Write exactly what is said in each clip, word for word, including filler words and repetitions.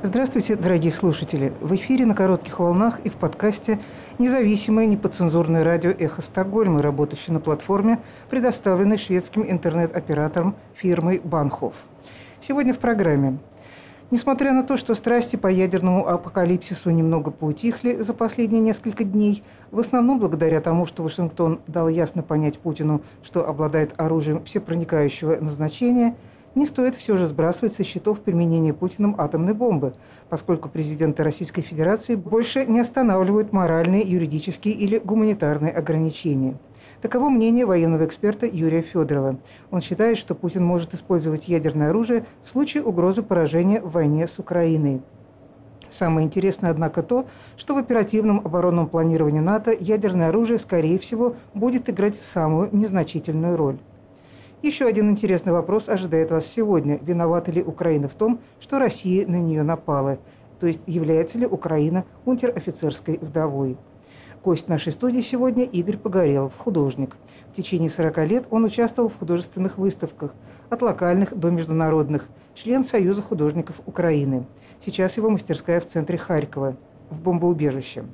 Здравствуйте, дорогие слушатели! В эфире на коротких волнах и в подкасте независимое неподцензурное радио «Эхо Стокгольма», работающее на платформе, предоставленной шведским интернет-оператором фирмой Банхоф. Сегодня в программе. Несмотря на то, что страсти по ядерному апокалипсису немного поутихли за последние несколько дней, в основном благодаря тому, что Вашингтон дал ясно понять Путину, что обладает оружием всепроникающего назначения, не стоит все же сбрасывать со счетов применение Путиным атомной бомбы, поскольку президенты Российской Федерации больше не останавливают моральные, юридические или гуманитарные ограничения. Таково мнение военного эксперта Юрия Федорова. Он считает, что Путин может использовать ядерное оружие в случае угрозы поражения в войне с Украиной. Самое интересное, однако, то, что в оперативном оборонном планировании НАТО ядерное оружие, скорее всего, будет играть самую незначительную роль. Еще один интересный вопрос ожидает вас сегодня. Виновата ли Украина в том, что Россия на нее напала? То есть является ли Украина унтер-офицерской вдовой? Гость нашей студии сегодня Игорь Погорелов, художник. В течение сорока лет он участвовал в художественных выставках, от локальных до международных, член Союза художников Украины. Сейчас его мастерская в центре Харькова, в бомбоубежище.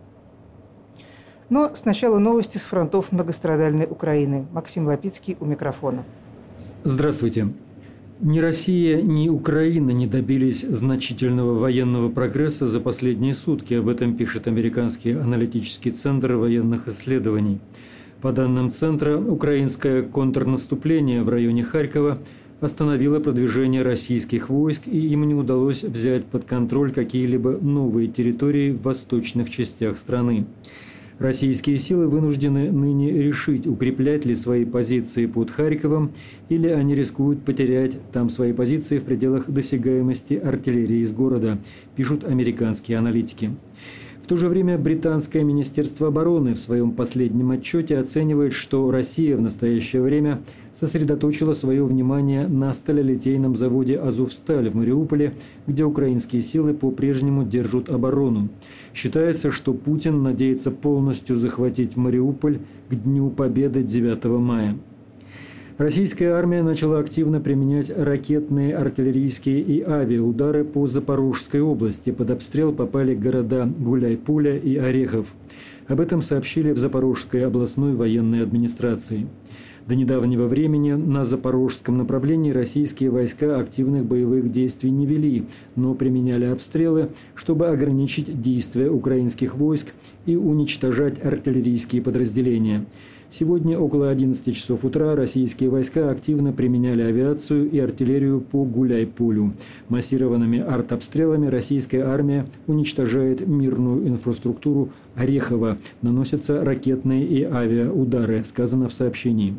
Но сначала новости с фронтов многострадальной Украины. Максим Лапицкий у микрофона. Здравствуйте. Ни Россия, ни Украина не добились значительного военного прогресса за последние сутки. Об этом пишет Американский аналитический центр военных исследований. По данным центра, украинское контрнаступление в районе Харькова остановило продвижение российских войск, и им не удалось взять под контроль какие-либо новые территории в восточных частях страны. Российские силы вынуждены ныне решить, укреплять ли свои позиции под Харьковом, или они рискуют потерять там свои позиции в пределах досягаемости артиллерии из города, пишут американские аналитики. В то же время британское Министерство обороны в своем последнем отчете оценивает, что Россия в настоящее время сосредоточила свое внимание на сталелитейном заводе «Азовсталь» в Мариуполе, где украинские силы по-прежнему держат оборону. Считается, что Путин надеется полностью захватить Мариуполь к Дню Победы девятого мая. Российская армия начала активно применять ракетные, артиллерийские и авиаудары по Запорожской области. Под обстрел попали города Гуляйполя и Орехов. Об этом сообщили в Запорожской областной военной администрации. До недавнего времени на запорожском направлении российские войска активных боевых действий не вели, но применяли обстрелы, чтобы ограничить действия украинских войск и уничтожать артиллерийские подразделения. Сегодня около одиннадцати часов утра российские войска активно применяли авиацию и артиллерию по Гуляйполю. Массированными артобстрелами российская армия уничтожает мирную инфраструктуру Орехова. Наносятся ракетные и авиаудары, сказано в сообщении.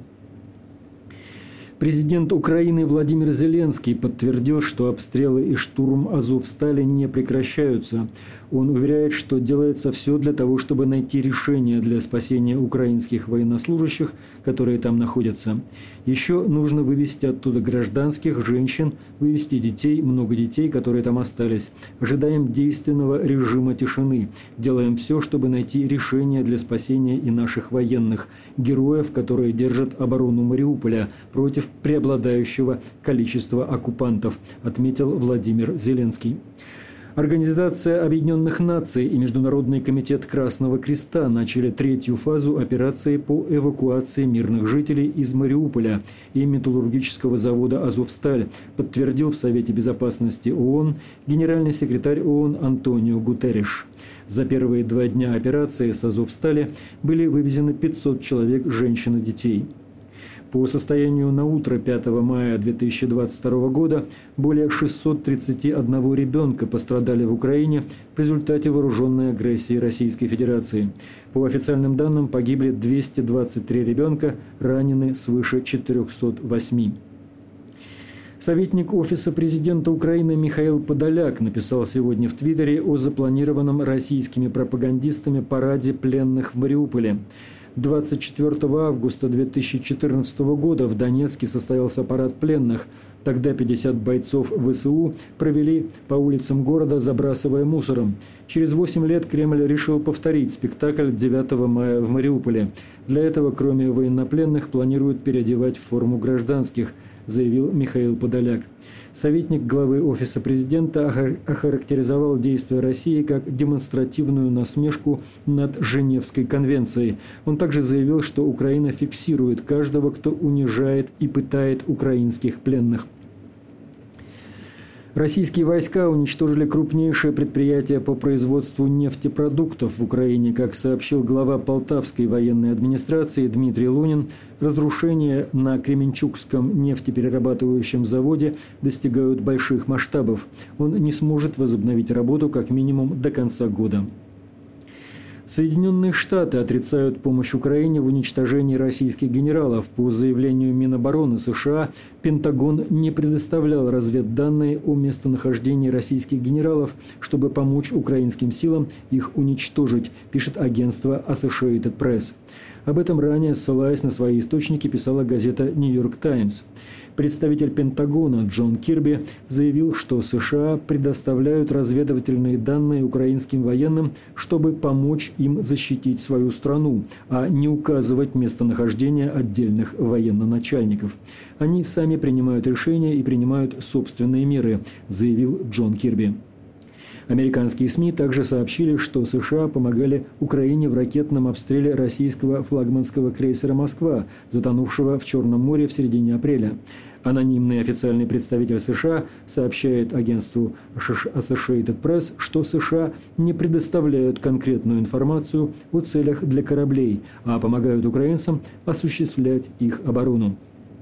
Президент Украины Владимир Зеленский подтвердил, что обстрелы и штурм Азовстали не прекращаются. Он уверяет, что делается все для того, чтобы найти решение для спасения украинских военнослужащих, которые там находятся. Еще нужно вывести оттуда гражданских, женщин, вывести детей, много детей, которые там остались. Ожидаем действенного режима тишины. Делаем все, чтобы найти решение для спасения и наших военных, героев, которые держат оборону Мариуполя против преобладающего количества оккупантов, отметил Владимир Зеленский. Организация Объединенных Наций и Международный комитет Красного Креста начали третью фазу операции по эвакуации мирных жителей из Мариуполя и металлургического завода «Азовсталь», подтвердил в Совете Безопасности ООН генеральный секретарь ООН Антонио Гутерриш. За первые два дня операции с «Азовстали» были вывезены пятьсот человек, женщин и детей. По состоянию на утро пятого мая две тысячи двадцать второго года более шестисот тридцати одного ребенка пострадали в Украине в результате вооруженной агрессии Российской Федерации. По официальным данным погибли двести двадцать три ребенка, ранены свыше четырехсот восьми. Советник Офиса президента Украины Михаил Подоляк написал сегодня в Твиттере о запланированном российскими пропагандистами параде пленных в Мариуполе. двадцать четвёртого августа две тысячи четырнадцатого года в Донецке состоялся парад пленных. Тогда пятьдесят бойцов ВСУ провели по улицам города, забрасывая мусором. Через восемь лет Кремль решил повторить спектакль девятого мая в Мариуполе. Для этого, кроме военнопленных, планируют переодевать в форму гражданских, заявил Михаил Подоляк. Советник главы Офиса президента охарактеризовал действия России как демонстративную насмешку над Женевской конвенцией. Он также заявил, что Украина фиксирует каждого, кто унижает и пытает украинских пленных. Российские войска уничтожили крупнейшее предприятие по производству нефтепродуктов в Украине. Как сообщил глава Полтавской военной администрации Дмитрий Лунин, разрушения на Кременчугском нефтеперерабатывающем заводе достигают больших масштабов. Он не сможет возобновить работу как минимум до конца года. Соединенные Штаты отрицают помощь Украине в уничтожении российских генералов. По заявлению Минобороны США, Пентагон не предоставлял разведданные о местонахождении российских генералов, чтобы помочь украинским силам их уничтожить, пишет агентство Associated Press. Об этом ранее, ссылаясь на свои источники, писала газета «Нью-Йорк Таймс». Представитель Пентагона Джон Кирби заявил, что США предоставляют разведывательные данные украинским военным, чтобы помочь им защитить свою страну, а не указывать местонахождение отдельных военноначальников. Они сами принимают решения и принимают собственные меры, заявил Джон Кирби. Американские СМИ также сообщили, что США помогали Украине в ракетном обстреле российского флагманского крейсера «Москва», затонувшего в Черном море в середине апреля. Анонимный официальный представитель США сообщает агентству Associated Press, что США не предоставляют конкретную информацию о целях для кораблей, а помогают украинцам осуществлять их оборону.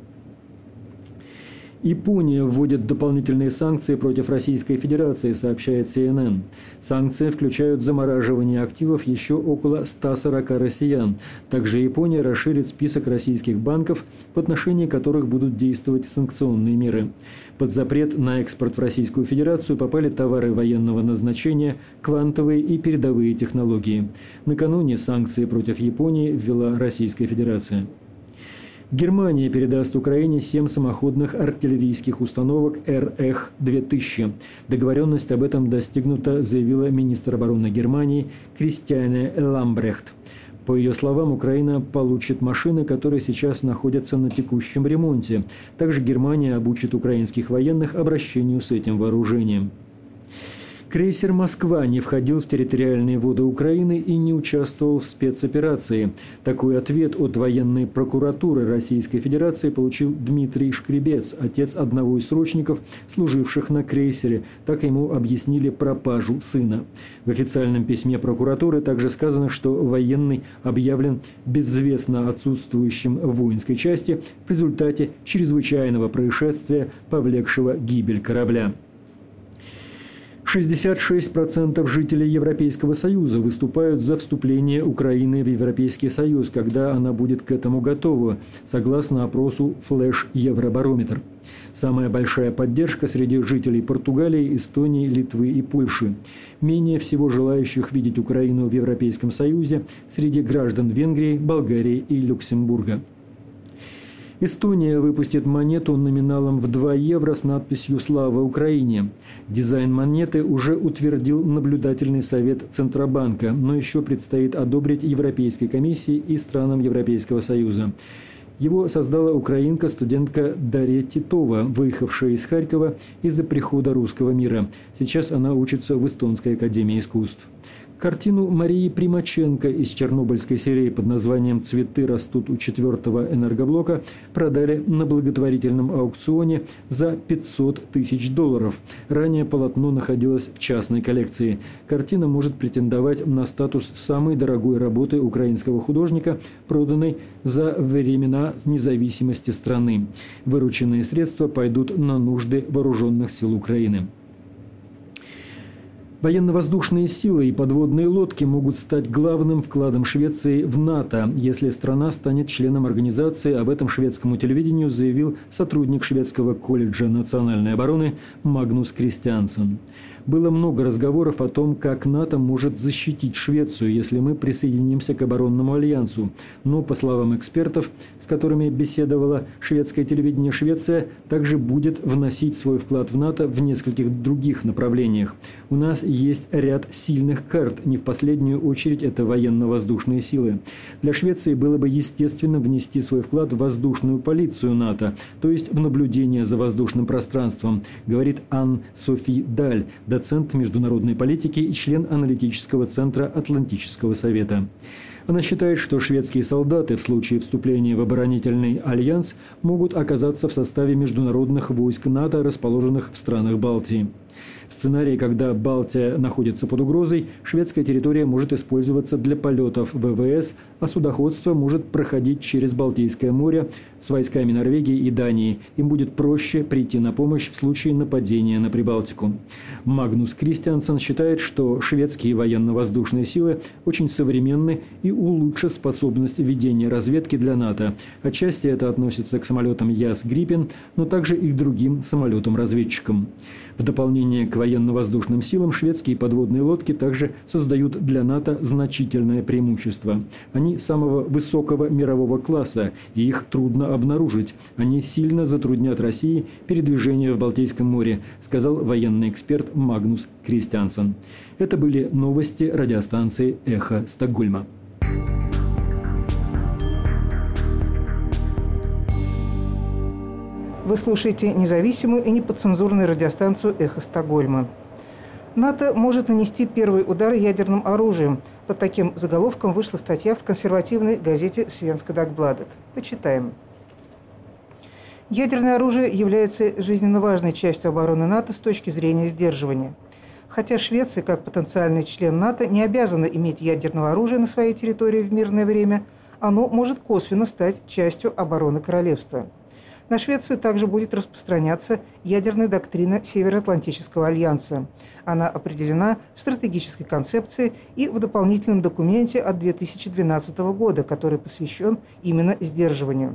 Япония вводит дополнительные санкции против Российской Федерации, сообщает Си Эн Эн. Санкции включают замораживание активов еще около ста сорока россиян. Также Япония расширит список российских банков, в отношении которых будут действовать санкционные меры. Под запрет на экспорт в Российскую Федерацию попали товары военного назначения, квантовые и передовые технологии. Накануне санкции против Японии ввела Российская Федерация. Германия передаст Украине семь самоходных артиллерийских установок Эр Эх две тысячи. Договоренность об этом достигнута, заявила министр обороны Германии Кристиане Ламбрехт. По ее словам, Украина получит машины, которые сейчас находятся на текущем ремонте. Также Германия обучит украинских военных обращению с этим вооружением. Крейсер «Москва» не входил в территориальные воды Украины и не участвовал в спецоперации. Такой ответ от военной прокуратуры Российской Федерации получил Дмитрий Шкребец, отец одного из срочников, служивших на крейсере. Так ему объяснили пропажу сына. В официальном письме прокуратуры также сказано, что военный объявлен безвестно отсутствующим в воинской части в результате чрезвычайного происшествия, повлекшего гибель корабля. шестьдесят шесть процентов жителей Европейского Союза выступают за вступление Украины в Европейский Союз, когда она будет к этому готова, согласно опросу «Флэш Евробарометр». Самая большая поддержка среди жителей Португалии, Эстонии, Литвы и Польши. Менее всего желающих видеть Украину в Европейском Союзе среди граждан Венгрии, Болгарии и Люксембурга. Эстония выпустит монету номиналом в два евро с надписью «Слава Украине». Дизайн монеты уже утвердил наблюдательный совет Центробанка, но еще предстоит одобрить Европейской комиссии и странам Европейского Союза. Его создала украинка, студентка Дарья Титова, выехавшая из Харькова из-за прихода русского мира. Сейчас она учится в Эстонской академии искусств. Картину Марии Примаченко из чернобыльской серии под названием «Цветы растут у четвертого энергоблока» продали на благотворительном аукционе за пятьсот тысяч долларов. Ранее полотно находилось в частной коллекции. Картина может претендовать на статус самой дорогой работы украинского художника, проданной за времена независимости страны. Вырученные средства пойдут на нужды вооруженных сил Украины. Военно-воздушные силы и подводные лодки могут стать главным вкладом Швеции в НАТО, если страна станет членом организации. Об этом шведскому телевидению заявил сотрудник шведского колледжа национальной обороны Магнус Кристиансен. Было много разговоров о том, как НАТО может защитить Швецию, если мы присоединимся к оборонному альянсу. Но, по словам экспертов, с которыми беседовало шведское телевидение, Швеция также будет вносить свой вклад в НАТО в нескольких других направлениях. У нас есть ряд сильных карт, не в последнюю очередь это военно-воздушные силы. Для Швеции было бы естественно внести свой вклад в воздушную полицию НАТО, то есть в наблюдение за воздушным пространством, говорит Анн-Софи Даль, доцент международной политики и член аналитического центра Атлантического совета. Она считает, что шведские солдаты в случае вступления в оборонительный альянс могут оказаться в составе международных войск НАТО, расположенных в странах Балтии. В сценарии, когда Балтия находится под угрозой, шведская территория может использоваться для полетов ВВС, а судоходство может проходить через Балтийское море с войсками Норвегии и Дании. Им будет проще прийти на помощь в случае нападения на Прибалтику. Магнус Кристиансен считает, что шведские военно-воздушные силы очень современны и улучшат способность ведения разведки для НАТО. Отчасти это относится к самолетам Яс Гриппен, но также и к другим самолетам-разведчикам. В дополнение к военно-воздушным силам шведские подводные лодки также создают для НАТО значительное преимущество. Они самого высокого мирового класса, и их трудно обнаружить. Они сильно затруднят России передвижение в Балтийском море, сказал военный эксперт Магнус Кристиансен. Это были новости радиостанции «Эхо Стокгольма». Вы слушаете независимую и неподцензурную радиостанцию «Эхо Стокгольма». НАТО может нанести первый удар ядерным оружием. Под таким заголовком вышла статья в консервативной газете «Свенска Дагбладет». Почитаем. Ядерное оружие является жизненно важной частью обороны НАТО с точки зрения сдерживания. Хотя Швеция, как потенциальный член НАТО, не обязана иметь ядерного оружия на своей территории в мирное время, оно может косвенно стать частью обороны королевства. На Швецию также будет распространяться ядерная доктрина Североатлантического альянса. Она определена в стратегической концепции и в дополнительном документе от две тысячи двенадцатого года, который посвящен именно сдерживанию.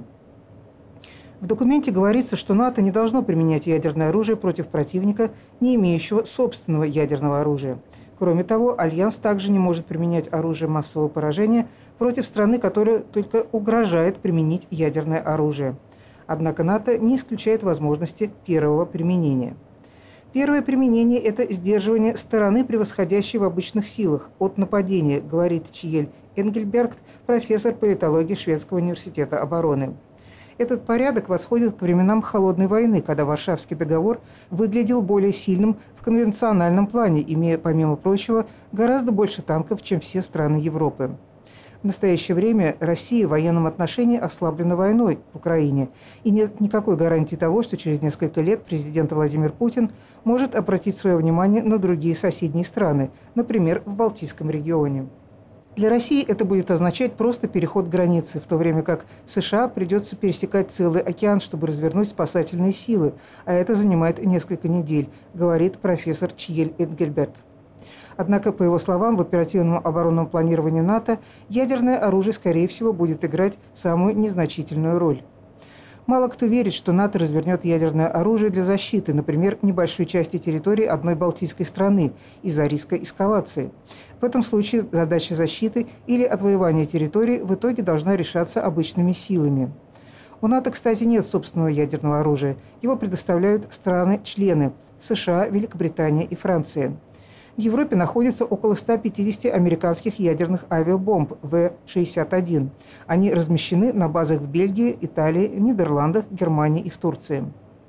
В документе говорится, что НАТО не должно применять ядерное оружие против противника, не имеющего собственного ядерного оружия. Кроме того, Альянс также не может применять оружие массового поражения против страны, которая только угрожает применить ядерное оружие. Однако НАТО не исключает возможности первого применения. Первое применение – это сдерживание стороны, превосходящей в обычных силах, от нападения, говорит Чиель Энгельберг, профессор политологии Шведского университета обороны. Этот порядок восходит к временам Холодной войны, когда Варшавский договор выглядел более сильным в конвенциональном плане, имея, помимо прочего, гораздо больше танков, чем все страны Европы. В настоящее время Россия в военном отношении ослаблена войной в Украине, и нет никакой гарантии того, что через несколько лет президент Владимир Путин может обратить свое внимание на другие соседние страны, например, в Балтийском регионе. Для России это будет означать просто переход границы, в то время как США придется пересекать целый океан, чтобы развернуть спасательные силы, а это занимает несколько недель, говорит профессор Чиель Энгельберг. Однако, по его словам, в оперативном оборонном планировании НАТО ядерное оружие, скорее всего, будет играть самую незначительную роль. Мало кто верит, что НАТО развернет ядерное оружие для защиты, например, небольшой части территории одной балтийской страны из-за риска эскалации. В этом случае задача защиты или отвоевания территории в итоге должна решаться обычными силами. У НАТО, кстати, нет собственного ядерного оружия. Его предоставляют страны-члены – США, Великобритания и Франция. В Европе находится около ста пятидесяти американских ядерных авиабомб вэ шестьдесят один. Они размещены на базах в Бельгии, Италии, Нидерландах, Германии и в Турции.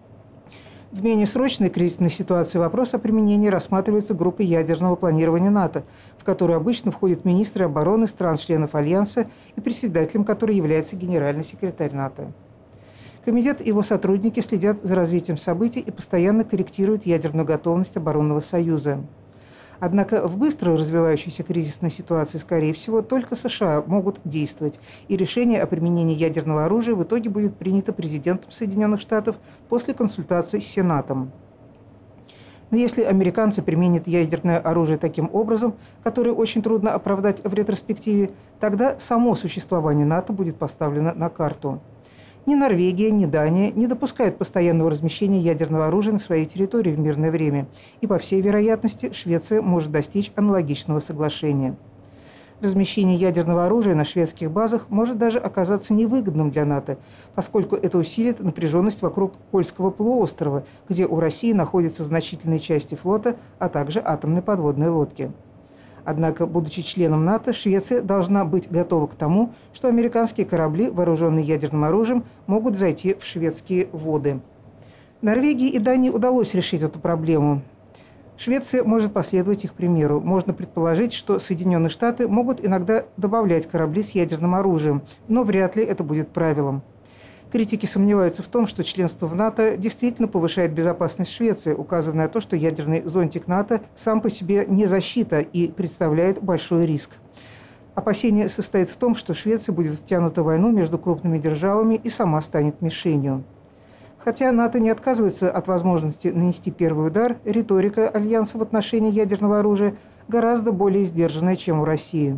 В менее срочной кризисной ситуации вопрос о применении рассматривается группой ядерного планирования НАТО, в которую обычно входят министры обороны стран-членов Альянса и председателем которой является генеральный секретарь НАТО. Комитет и его сотрудники следят за развитием событий и постоянно корректируют ядерную готовность оборонного союза. Однако в быстро развивающейся кризисной ситуации, скорее всего, только США могут действовать, и решение о применении ядерного оружия в итоге будет принято президентом Соединенных Штатов после консультаций с Сенатом. Но если американцы применят ядерное оружие таким образом, который очень трудно оправдать в ретроспективе, тогда само существование НАТО будет поставлено на карту. Ни Норвегия, ни Дания не допускают постоянного размещения ядерного оружия на своей территории в мирное время, и, по всей вероятности, Швеция может достичь аналогичного соглашения. Размещение ядерного оружия на шведских базах может даже оказаться невыгодным для НАТО, поскольку это усилит напряженность вокруг Кольского полуострова, где у России находятся значительные части флота, а также атомные подводные лодки. Однако, будучи членом НАТО, Швеция должна быть готова к тому, что американские корабли, вооруженные ядерным оружием, могут зайти в шведские воды. Норвегии и Дании удалось решить эту проблему. Швеция может последовать их примеру. Можно предположить, что Соединенные Штаты могут иногда добавлять корабли с ядерным оружием, но вряд ли это будет правилом. Критики сомневаются в том, что членство в НАТО действительно повышает безопасность Швеции, указывая на то, что ядерный зонтик НАТО сам по себе не защита и представляет большой риск. Опасение состоит в том, что Швеция будет втянута в войну между крупными державами и сама станет мишенью. Хотя НАТО не отказывается от возможности нанести первый удар, риторика Альянса в отношении ядерного оружия гораздо более сдержанная, чем у России.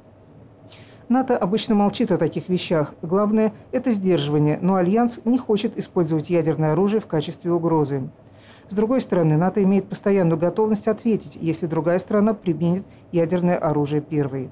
НАТО обычно молчит о таких вещах. Главное – это сдерживание, но Альянс не хочет использовать ядерное оружие в качестве угрозы. С другой стороны, НАТО имеет постоянную готовность ответить, если другая страна применит ядерное оружие первой.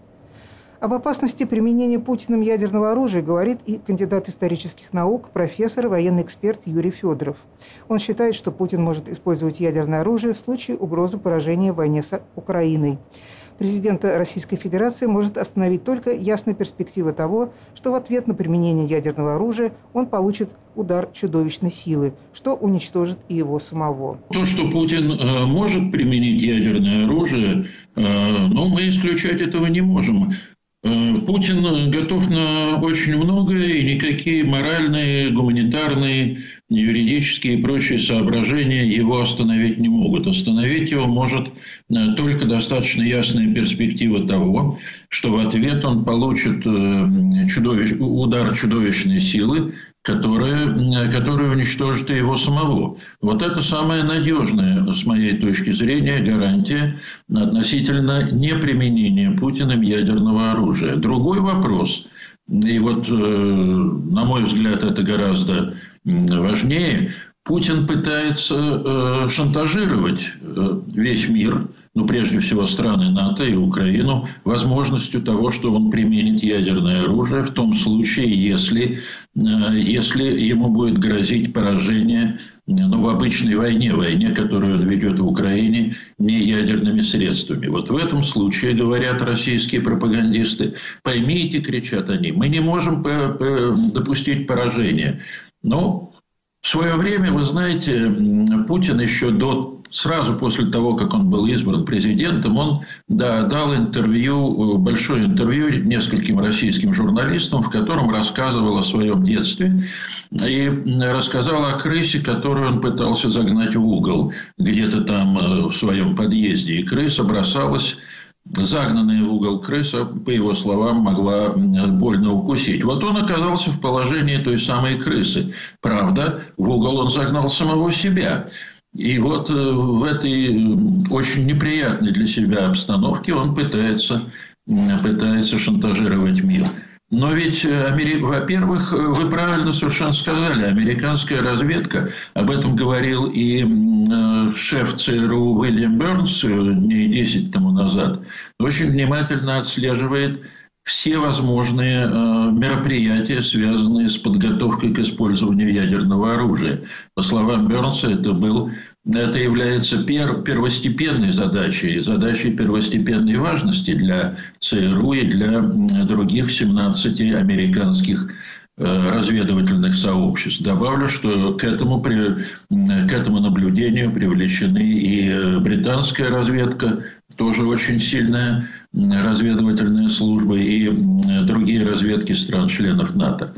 Об опасности применения Путиным ядерного оружия говорит и кандидат исторических наук, профессор и военный эксперт Юрий Федоров. Он считает, что Путин может использовать ядерное оружие в случае угрозы поражения в войне с Украиной. Президента Российской Федерации может остановить только ясная перспектива того, что в ответ на применение ядерного оружия он получит удар чудовищной силы, что уничтожит и его самого. То, что Путин э, может применить ядерное оружие, э, но мы исключать этого не можем. Путин готов на очень многое, и никакие моральные, гуманитарные, юридические и прочие соображения его остановить не могут. Остановить его может только достаточно ясная перспектива того, что в ответ он получит чудовищ... удар чудовищной силы, которая, которая уничтожит и его самого. Вот это самая надежная, с моей точки зрения, гарантия относительно неприменения Путиным ядерного оружия. Другой вопрос, и вот, на мой взгляд, это гораздо важнее, Путин пытается шантажировать весь мир, ну, прежде всего, страны НАТО и Украину, возможностью того, что он применит ядерное оружие в том случае, если, если ему будет грозить поражение, ну, в обычной войне, войне, которую он ведет в Украине, не ядерными средствами. Вот в этом случае, говорят российские пропагандисты, поймите, кричат они, мы не можем допустить поражения. Но в свое время, вы знаете, Путин еще до, сразу после того, как он был избран президентом, он да, дал интервью, большое интервью нескольким российским журналистам, в котором рассказывал о своем детстве и рассказал о крысе, которую он пытался загнать в угол где-то там в своем подъезде. И крыса бросалась. Загнанная в угол крыса, по его словам, могла больно укусить. Вот он оказался в положении той самой крысы. Правда, в угол он загнал самого себя. И вот в этой очень неприятной для себя обстановке он пытается, пытается шантажировать мир. Но ведь, во-первых, вы правильно совершенно сказали, американская разведка, об этом говорил и шеф ЦРУ Уильям Бернс дней десять тому назад, очень внимательно отслеживает все возможные мероприятия, связанные с подготовкой к использованию ядерного оружия. По словам Бернса, это был... Это является пер, первостепенной задачей, задачей первостепенной важности для ЦРУ и для других семнадцати американских разведывательных сообществ. Добавлю, что к этому, к этому наблюдению привлечены и британская разведка, тоже очень сильная разведывательная служба, и другие разведки стран-членов НАТО.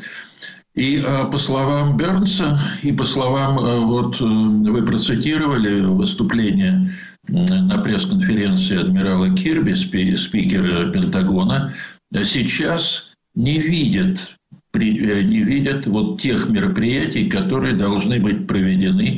И по словам Бернса, и по словам, вот вы процитировали выступление на пресс-конференции адмирала Кирби, спикера Пентагона, сейчас не видят не видят вот тех мероприятий, которые должны быть проведены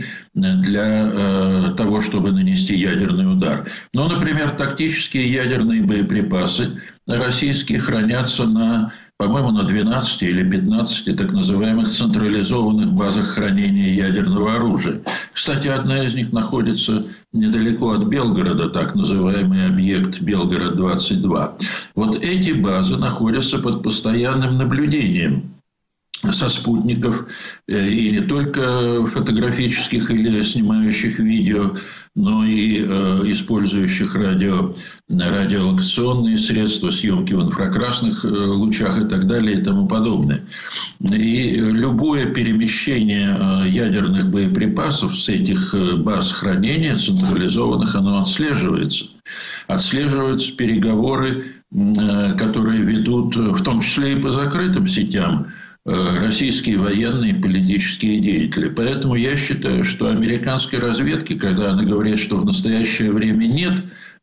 для того, чтобы нанести ядерный удар. Ну, например, тактические ядерные боеприпасы российские хранятся на, по-моему, на двенадцати или пятнадцати так называемых централизованных базах хранения ядерного оружия. Кстати, одна из них находится недалеко от Белгорода, так называемый объект Белгород двадцать два. Вот эти базы находятся под постоянным наблюдением со спутников, и не только фотографических или снимающих видео, но и э, использующих радио, радиолокационные средства, съемки в инфракрасных э, лучах и так далее и тому подобное. И любое перемещение э, ядерных боеприпасов с этих э, баз хранения централизованных, оно отслеживается. Отслеживаются переговоры, э, которые ведут, в том числе и по закрытым сетям, российские военные и политические деятели. Поэтому я считаю, что американской разведке, когда она говорит, что в настоящее время нет,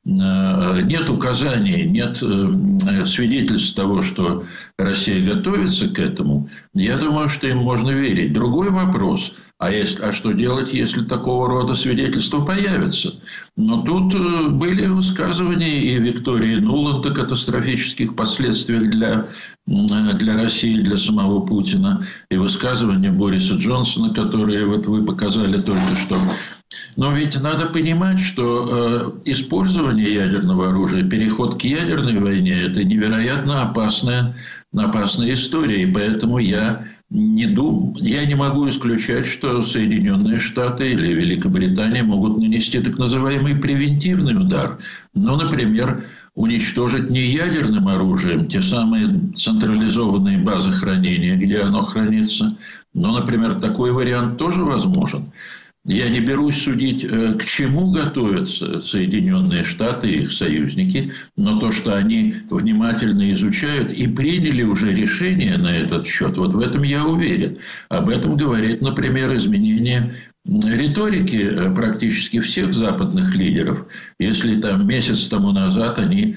нет указаний, нет свидетельств того, что Россия готовится к этому, я думаю, что им можно верить. Другой вопрос, а, если, а что делать, если такого рода свидетельства появятся? Но тут были высказывания и Виктории Нуланд о катастрофических последствиях для, для России, для самого Путина, и высказывания Бориса Джонсона, которые вот вы показали только что. Но ведь надо понимать, что э, использование ядерного оружия, переход к ядерной войне – это невероятно опасная, опасная история. И поэтому я не, дум... я не могу исключать, что Соединенные Штаты или Великобритания могут нанести так называемый превентивный удар. Ну, например, уничтожить не ядерным оружием те самые централизованные базы хранения, где оно хранится. Но, например, такой вариант тоже возможен. Я не берусь судить, к чему готовятся Соединенные Штаты и их союзники, но то, что они внимательно изучают и приняли уже решение на этот счет, вот в этом я уверен. Об этом говорит, например, изменение риторики практически всех западных лидеров. Если там месяц тому назад они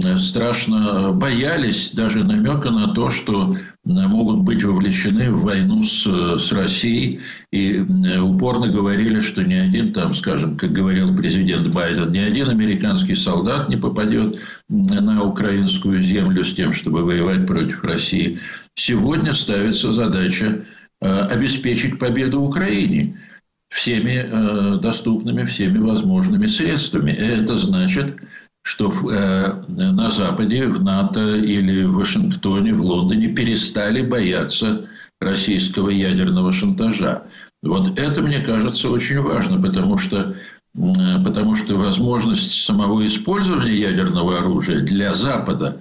страшно боялись даже намека на то, что могут быть вовлечены в войну с, с Россией, и упорно говорили, что ни один там, скажем, как говорил президент Байден, ни один американский солдат не попадет на украинскую землю с тем, чтобы воевать против России. Сегодня ставится задача обеспечить победу Украине всеми доступными, всеми возможными средствами. И это значит, что на Западе, в НАТО или в Вашингтоне, в Лондоне перестали бояться российского ядерного шантажа. Вот это, мне кажется, очень важно, потому что, потому что возможность самого использования ядерного оружия для Запада,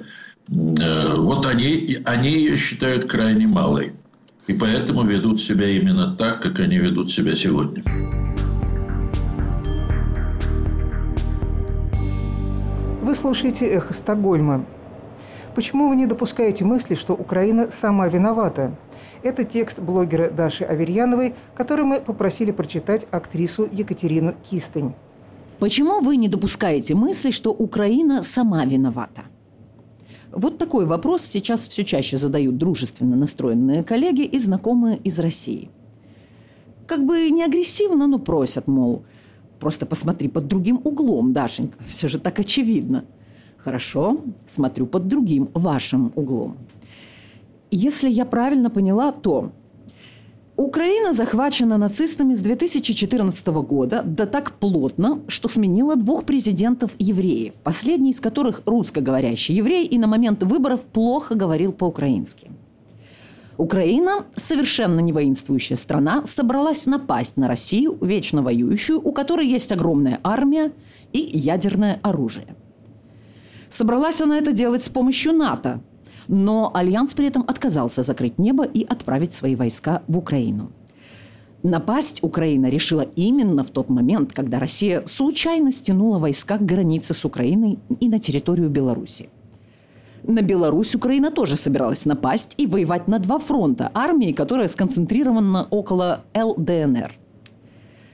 вот они, они ее считают крайне малой. И поэтому ведут себя именно так, как они ведут себя сегодня. Вы слушаете «Эхо Стокгольма». Почему вы не допускаете мысли, что Украина сама виновата? Это текст блогера Даши Аверьяновой, который мы попросили прочитать актрису Екатерину Кистень. Почему вы не допускаете мысли, что Украина сама виновата? Вот такой вопрос сейчас все чаще задают дружественно настроенные коллеги и знакомые из России. Как бы не агрессивно, но просят, мол, просто посмотри под другим углом, Дашенька, все же так очевидно. Хорошо, смотрю под другим, вашим углом. Если я правильно поняла, то Украина захвачена нацистами с две тысячи четырнадцатого года, да так плотно, что сменила двух президентов-евреев, последний из которых русскоговорящий еврей и на момент выборов плохо говорил по-украински. Украина, совершенно не воинствующая страна, собралась напасть на Россию, вечно воюющую, у которой есть огромная армия и ядерное оружие. Собралась она это делать с помощью НАТО, но Альянс при этом отказался закрыть небо и отправить свои войска в Украину. Напасть Украина решила именно в тот момент, когда Россия случайно стянула войска к границе с Украиной и на территорию Беларуси. На Беларусь Украина тоже собиралась напасть и воевать на два фронта армии, которая сконцентрирована около эл дэ эн эр.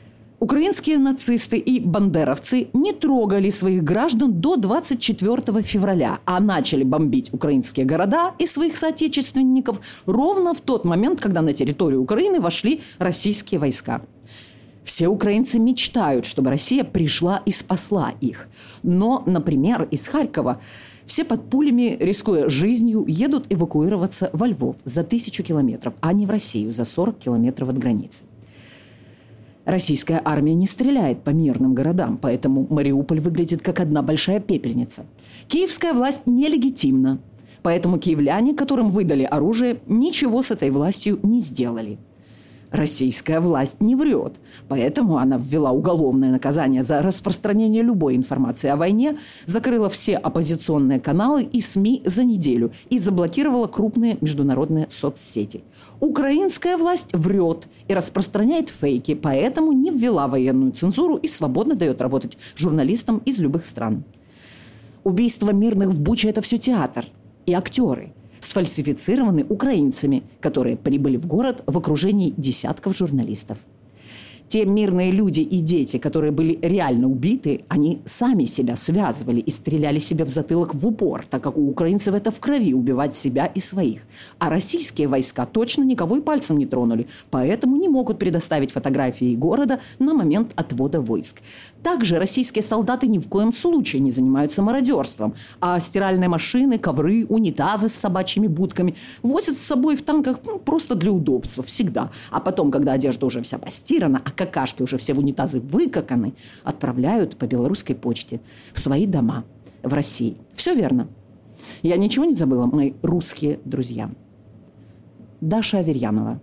Украинские нацисты и бандеровцы не трогали своих граждан до двадцать четвёртого февраля, а начали бомбить украинские города и своих соотечественников ровно в тот момент, когда на территорию Украины вошли российские войска. Все украинцы мечтают, чтобы Россия пришла и спасла их. Но, например, из Харькова все под пулями, рискуя жизнью, едут эвакуироваться во Львов за тысячу километров, а не в Россию за сорок километров от границы. Российская армия не стреляет по мирным городам, поэтому Мариуполь выглядит как одна большая пепельница. Киевская власть нелегитимна, поэтому киевляне, которым выдали оружие, ничего с этой властью не сделали. Российская власть не врет, поэтому она ввела уголовное наказание за распространение любой информации о войне, закрыла все оппозиционные каналы и СМИ за неделю и заблокировала крупные международные соцсети. Украинская власть врет и распространяет фейки, поэтому не ввела военную цензуру и свободно дает работать журналистам из любых стран. Убийство мирных в Буче – это все театр и актеры, сфальсифицированы украинцами, которые прибыли в город в окружении десятков журналистов. Те мирные люди и дети, которые были реально убиты, они сами себя связывали и стреляли себе в затылок в упор, так как у украинцев это в крови – убивать себя и своих. А российские войска точно никого и пальцем не тронули, поэтому не могут предоставить фотографии города на момент отвода войск. Также российские солдаты ни в коем случае не занимаются мародерством, а стиральные машины, ковры, унитазы с собачьими будками возят с собой в танках ну, просто для удобства, всегда. А потом, когда одежда уже вся постирана, а какашки уже все в унитазы выкаканы, отправляют по белорусской почте в свои дома в России. Все верно. Я ничего не забыла, мои русские друзья. Даша Аверьянова.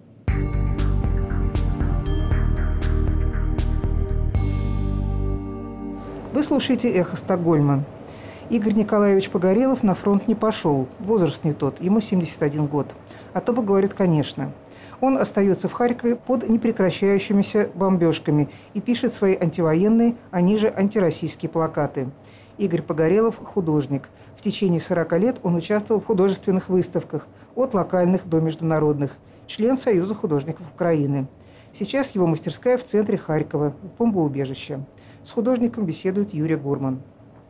Вы слушаете «Эхо Стокгольма». Игорь Николаевич Погорелов на фронт не пошел. Возраст не тот, ему семьдесят один год. А то бы, говорит, конечно. Он остается в Харькове под непрекращающимися бомбежками и пишет свои антивоенные, они же антироссийские плакаты. Игорь Погорелов – художник. В течение сорока лет он участвовал в художественных выставках, от локальных до международных. Член Союза художников Украины. Сейчас его мастерская в центре Харькова, в бомбоубежище. С художником беседует Юрий Гурман.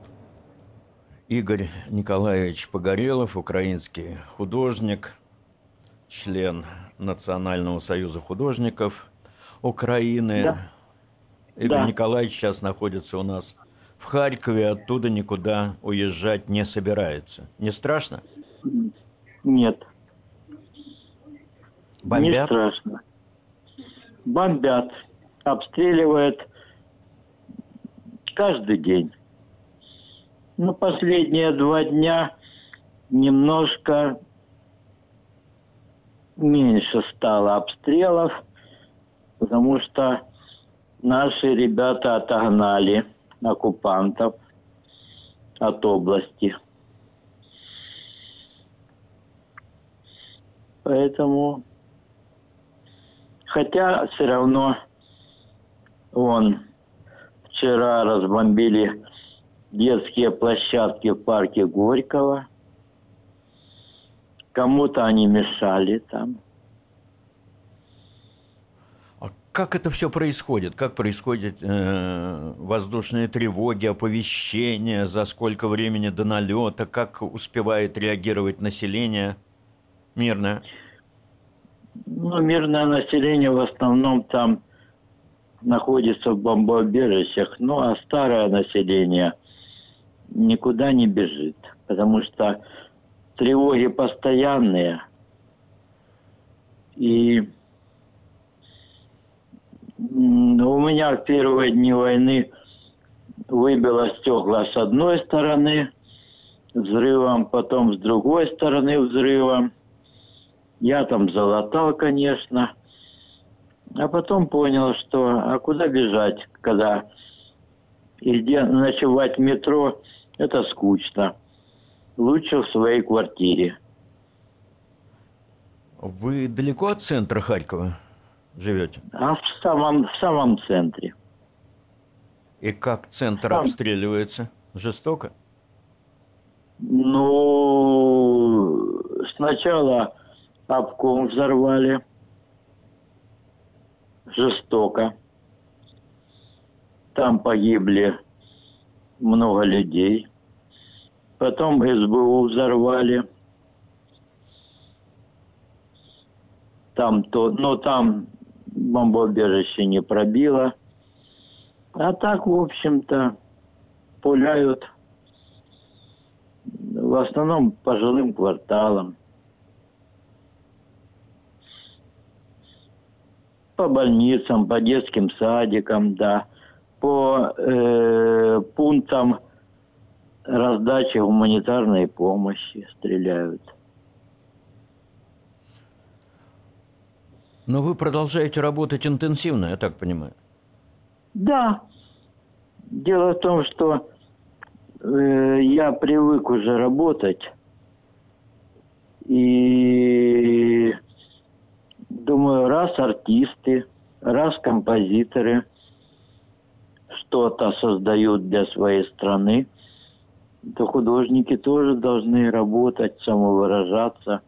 Игорь Николаевич Погорелов, украинский художник, член Национального союза художников Украины. Да. Игорь да. Николаевич сейчас находится у нас в Харькове, оттуда никуда уезжать не собирается. Не страшно? Нет. Бомбят? Не страшно. Бомбят, обстреливают каждый день. Но последние два дня немножко меньше стало обстрелов, потому что наши ребята отогнали оккупантов от области. Поэтому, хотя все равно вон вчера разбомбили детские площадки в парке Горького. Кому-то они мешали там. А как это все происходит? Как происходят э, воздушные тревоги, оповещения, за сколько времени до налета, как успевает реагировать население мирное? Ну, мирное население в основном там находится в бомбоубежищах, ну а старое население никуда не бежит, потому что тревоги постоянные. И у меня в первые дни войны выбило стекла с одной стороны взрывом, потом с другой стороны взрывом. Я там залатал, конечно. А потом понял, что а куда бежать, когда и где ночевать в метро, это скучно. Лучше в своей квартире. Вы далеко от центра Харькова живете? А в самом, в самом центре. И как центр Там. обстреливается? Жестоко? Ну, сначала обком взорвали. Жестоко. там погибли много людей. Потом СБУ взорвали. Там то, но там бомбоубежище не пробило. А так, в общем-то, пуляют в основном по жилым кварталам, по больницам, по детским садикам, да, по э, пунктам раздачи гуманитарной помощи стреляют. Но вы продолжаете работать интенсивно, я так понимаю? Да. Дело в том, что э, я привык уже работать. И думаю, раз артисты, раз композиторы что-то создают для своей страны, то художники тоже должны работать, самовыражаться.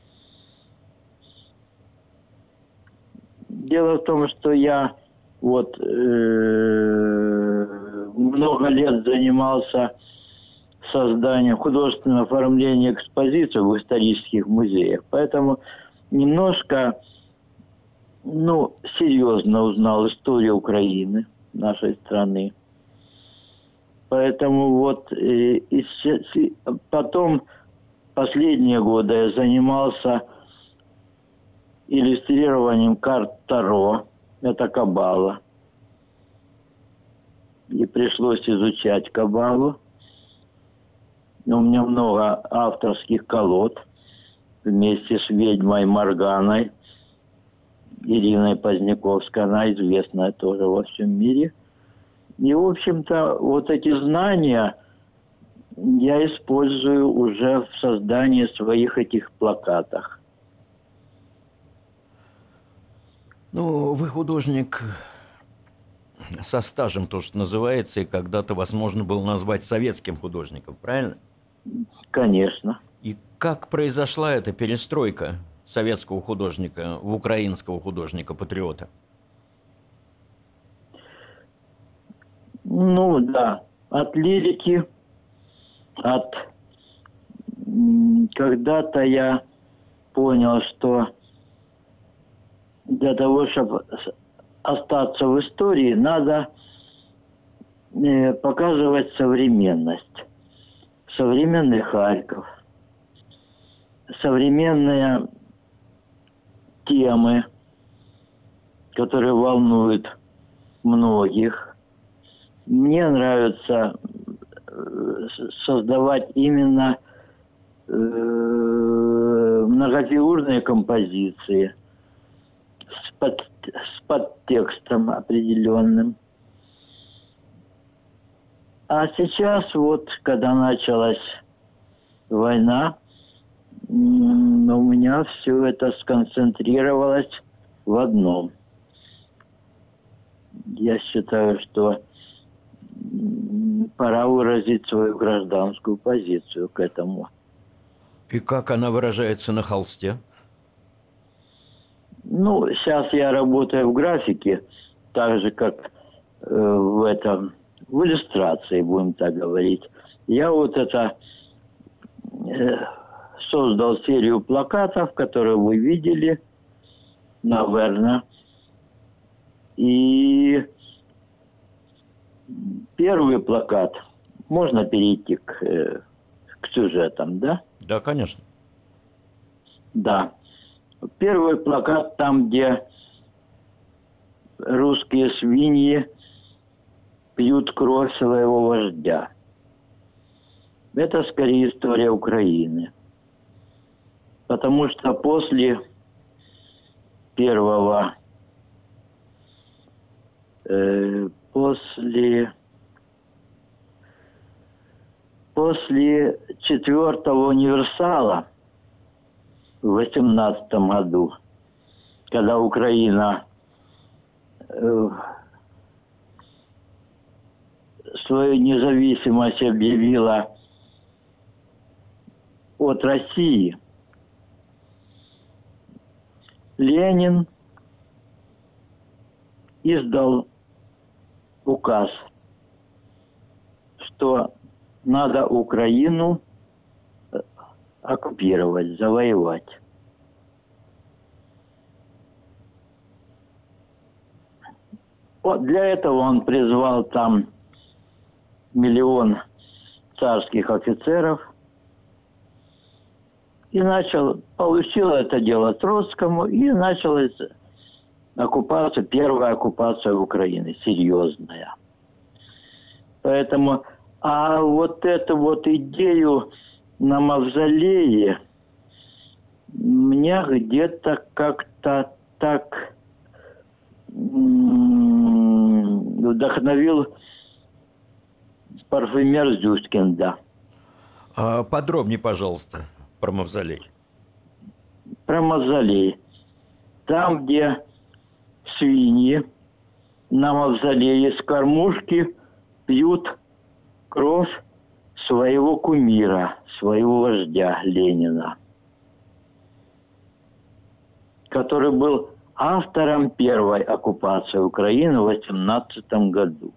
Дело в том, что я вот э, много лет занимался созданием, художественного оформления экспозиций в исторических музеях. Поэтому немножко, ну, серьезно узнал историю Украины, нашей страны. Поэтому вот э, и с, потом последние годы я занимался иллюстрированием карт Таро. Это Каббала. И пришлось изучать Каббалу. У меня много авторских колод вместе с ведьмой Морганой, Ириной Поздняковской. Она известная тоже во всем мире. И, в общем-то, вот эти знания я использую уже в создании своих этих плакатов. Ну, вы художник со стажем, то, что называется, и когда-то вас можно было назвать советским художником, правильно? Конечно. И как произошла эта перестройка советского художника в украинского художника-патриота? Ну, да. От лирики, от... Когда-то я понял, что для того, чтобы остаться в истории, надо э, показывать современность. Современный Харьков. Современные темы, которые волнуют многих. Мне нравится создавать именно э, многофигурные композиции с, под, с подтекстом определенным. А сейчас вот, когда началась война, у меня все это сконцентрировалось в одном. Я считаю, что пора выразить свою гражданскую позицию к этому. И как она выражается на холсте? Ну, сейчас я работаю в графике, так же, как э, в этом, в иллюстрации, будем так говорить. Я вот это э, создал серию плакатов, которые вы видели, наверное. И первый плакат, можно перейти к, э, к сюжетам, да? Да, конечно. Да. Первый плакат там, где русские свиньи пьют кровь своего вождя. Это скорее история Украины. Потому что после первого, э, после, после четвертого универсала в восемнадцатом году, когда Украина э, свою независимость объявила от России, Ленин издал указ, что надо Украину оккупировать, завоевать. Вот для этого он призвал там миллион царских офицеров и начал, получил это дело Троцкому, и началась оккупация, первая оккупация Украины, серьезная. Поэтому, а вот эту вот идею на мавзолее меня где-то как-то так м- вдохновил парфюмер Зюскин, да. А подробнее, пожалуйста, про мавзолей. Про мавзолей. Там, где свиньи на мавзолее с кормушки пьют кровь своего кумира, своего вождя Ленина, который был автором первой оккупации Украины в восемнадцатом году.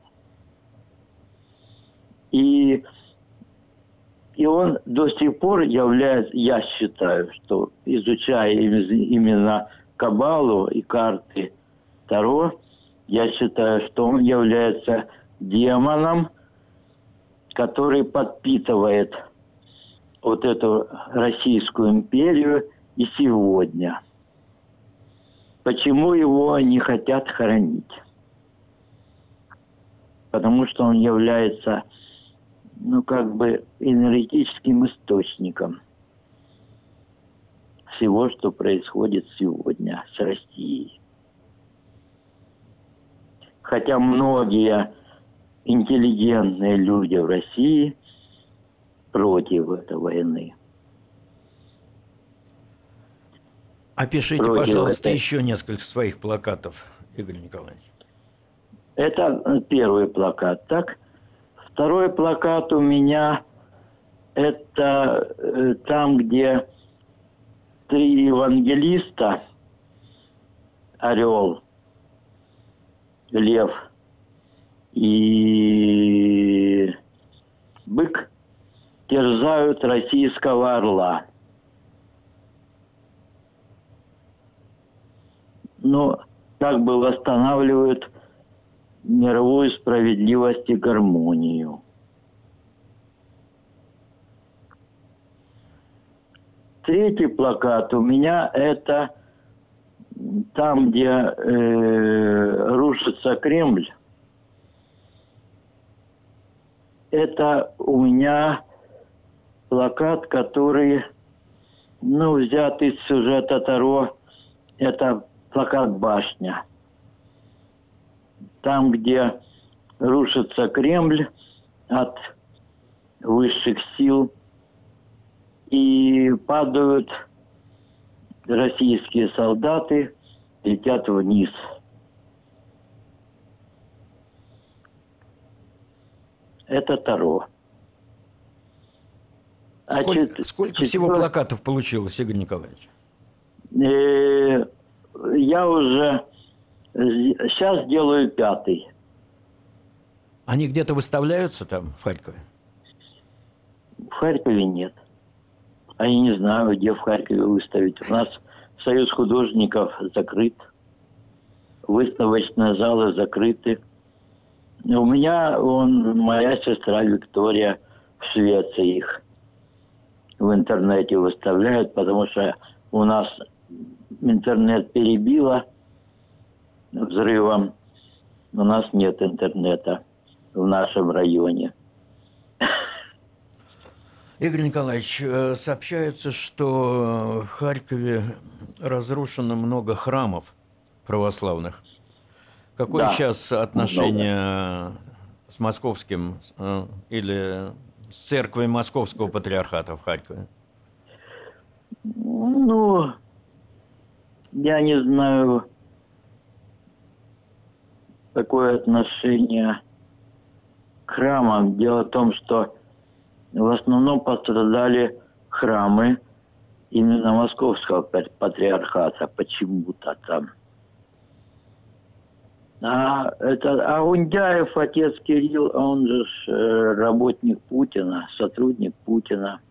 И, и он до сих пор является, я считаю, что изучая именно Каббалу и карты Таро, я считаю, что он является демоном, который подпитывает вот эту Российскую империю и сегодня. Почему его не хотят хоронить? Потому что он является, ну, как бы энергетическим источником всего, что происходит сегодня с Россией. Хотя многие интеллигентные люди в России против этой войны. Опишите, Против пожалуйста, этой... еще несколько своих плакатов, Игорь Николаевич. Это первый плакат, так? Второй плакат у меня это э, там, где три евангелиста, орел, лев и бык, терзают российского орла. Но как бы восстанавливают мировую справедливость и гармонию. Третий плакат у меня это там, где э, рушится Кремль. Это у меня плакат, который, ну, взят из сюжета Таро. Это плакат «Башня». Там, где рушится Кремль от высших сил и падают российские солдаты, летят вниз. Это Таро. Сколько, а чет- сколько четвер... всего плакатов получилось, Игорь Николаевич? Э, я уже сейчас делаю пятый. Они где-то выставляются там, в Харькове? В Харькове нет. А я не знаю, где в Харькове выставить. У нас Союз художников закрыт. Выставочные залы закрыты. У меня он, моя сестра Виктория в Швеции их в интернете выставляет, потому что у нас интернет перебило взрывом. У нас нет интернета в нашем районе. Игорь Николаевич, сообщается, что в Харькове разрушено много храмов православных. Какое да, сейчас отношение много. с московским или с церковью Московского патриархата в Харькове? Ну, я не знаю, какое отношение к храмам. Дело в том, что в основном пострадали храмы именно Московского патриархата. Почему-то там. А это Агундяев, отец Кирилл, он же ж работник Путина, сотрудник Путина.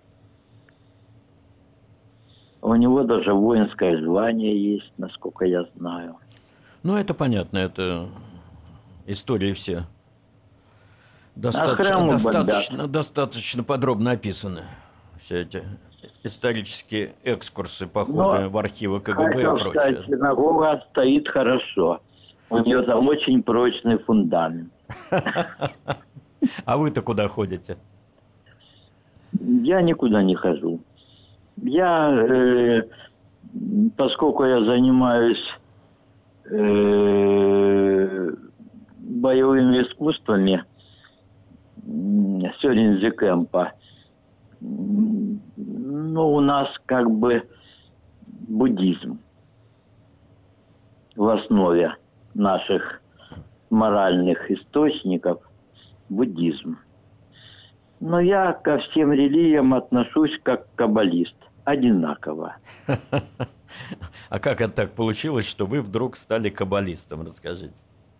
У него даже воинское звание есть, насколько я знаю. Ну, это понятно, это истории все достаточно, достаточно, достаточно подробно описаны. Все эти исторические экскурсы, походы Но, в архивы КГБ и прочее. Сказать, синагога стоит хорошо. У нее там очень прочный фундамент. А вы-то куда ходите? Я никуда не хожу. Я, э, поскольку я занимаюсь э, боевыми искусствами Сёринзи Кэмпа, ну, у нас как бы буддизм в основе наших моральных источников, буддизм. Но я ко всем религиям отношусь как каббалист, одинаково. А как это так получилось, что вы вдруг стали каббалистом? Расскажите.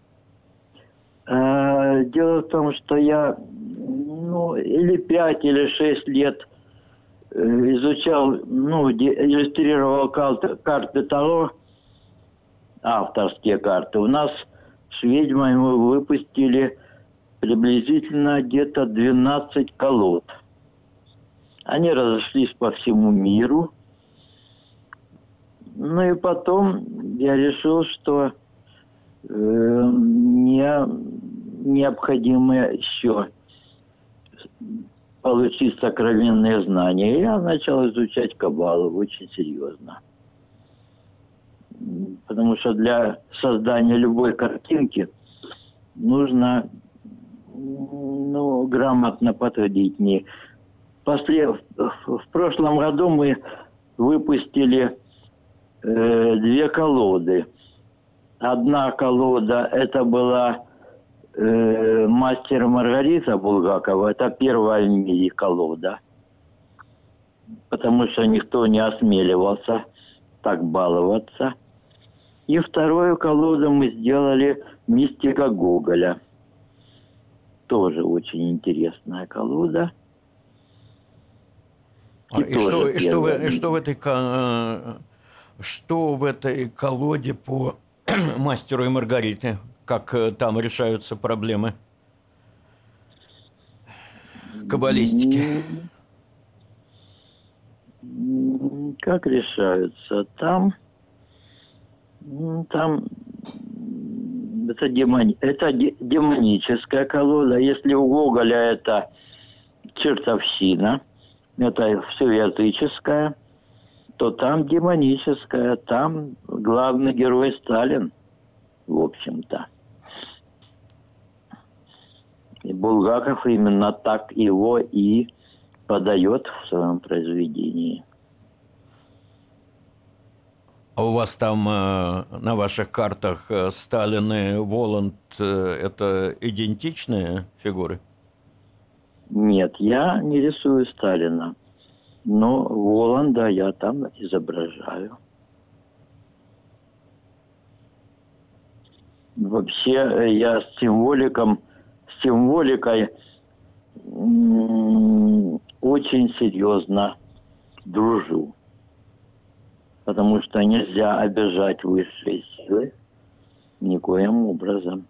Дело в том, что я ну, или пять, или шесть лет изучал, ну, иллюстрировал карты, карты Таро, авторские карты. У нас с ведьмой мы выпустили приблизительно где-то двенадцать колод. Они разошлись по всему миру. Ну и потом я решил, что э, мне необходимо еще получить сокровенные знания. Я начал изучать каббалу очень серьезно. Потому что для создания любой картинки нужно ну, грамотно подходить к ней. После, в, в прошлом году мы выпустили э, две колоды. Одна колода это была э, «Мастер и Маргарита» Булгакова. Это первая в мире колода. Потому что никто не осмеливался так баловаться. И вторую колоду мы сделали «Мистика Гоголя». Тоже очень интересная колода. И, и, что, и, что, в, и что, в этой, что в этой колоде по «Мастеру и Маргарите»? Как там решаются проблемы каббалистики? Как решаются? Там, там это, демони, это демоническая колода. Если у Гоголя это чертовщина, это все языческое, то там демоническое, там главный герой Сталин, в общем-то. И Булгаков именно так его и подает в своем произведении. А у вас там э, на ваших картах э, Сталин и Воланд э, это идентичные фигуры? Нет, я не рисую Сталина, но Воланда я там изображаю. Вообще я с символиком, с символикой м- очень серьезно дружу. Потому что нельзя обижать высшие силы никоим образом.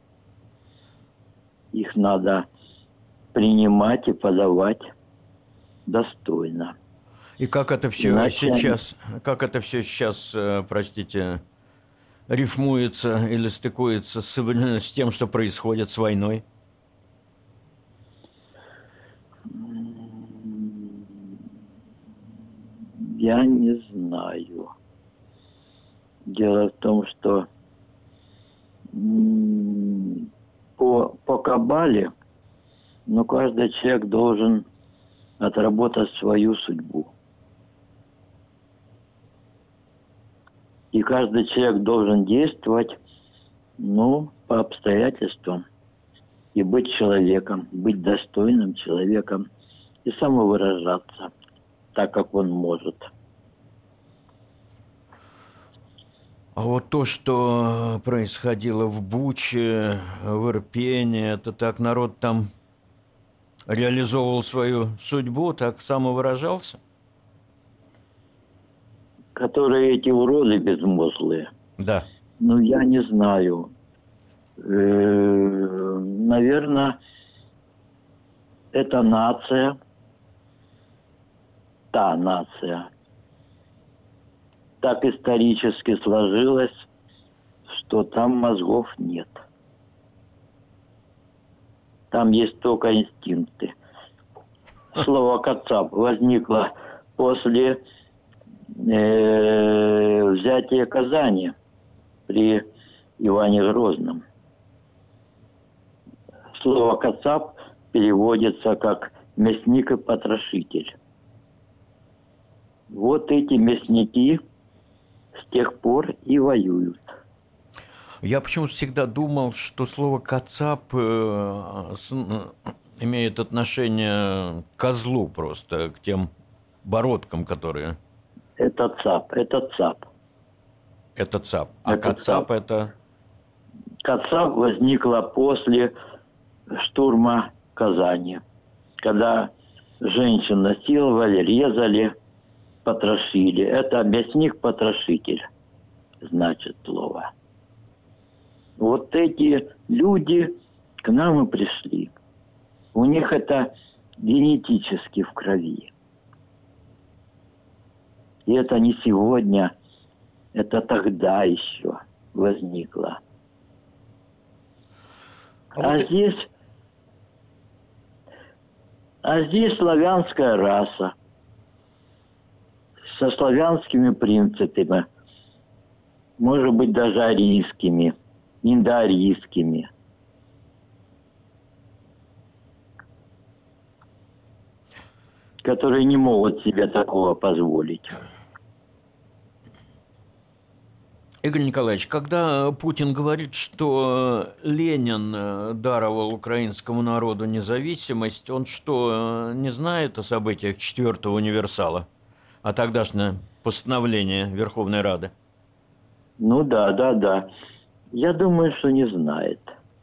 Их надо принимать и подавать достойно. И как это все Иначе... сейчас, как это все сейчас, простите, рифмуется или стыкуется с, с тем, что происходит с войной? Я не знаю. Дело в том, что по, по каббале, но каждый человек должен отработать свою судьбу. И каждый человек должен действовать, ну, по обстоятельствам. И быть человеком, быть достойным человеком. И самовыражаться, так как он может. А вот то, что происходило в Буче, в Ирпене, это так народ там реализовывал свою судьбу, так самовыражался? Которые эти уроды безмозглые? Да. Ну, я не знаю. Наверное, это нация, та нация, так исторически сложилось, что там мозгов нет. Там есть только инстинкты. Слово «кацап» возникло после э, взятия Казани при Иване Грозном. Слово «кацап» переводится как «мясник и потрошитель». Вот эти мясники с тех пор и воюют. Я почему-то всегда думал, что слово «кацап» э, с, э, имеет отношение к козлу просто, к тем бородкам, которые... Это цап, это цап. Это цап. А это кацап цап. это... Кацап возникло после штурма Казани, когда женщин насиловали, резали, потрошили. Это мясник-потрошитель, значит слово. Вот эти люди к нам и пришли. У них это генетически в крови. И это не сегодня, это тогда еще возникло. А, а вот здесь, а здесь славянская раса со славянскими принципами, может быть, даже арийскими, индоарийскими. Которые не могут себе такого позволить. Игорь Николаевич, когда Путин говорит, что Ленин даровал украинскому народу независимость, он что, не знает о событиях четвертого универсала, а тогдашнее постановление Верховной Рады? Ну да, да, да. Я думаю, что не знает.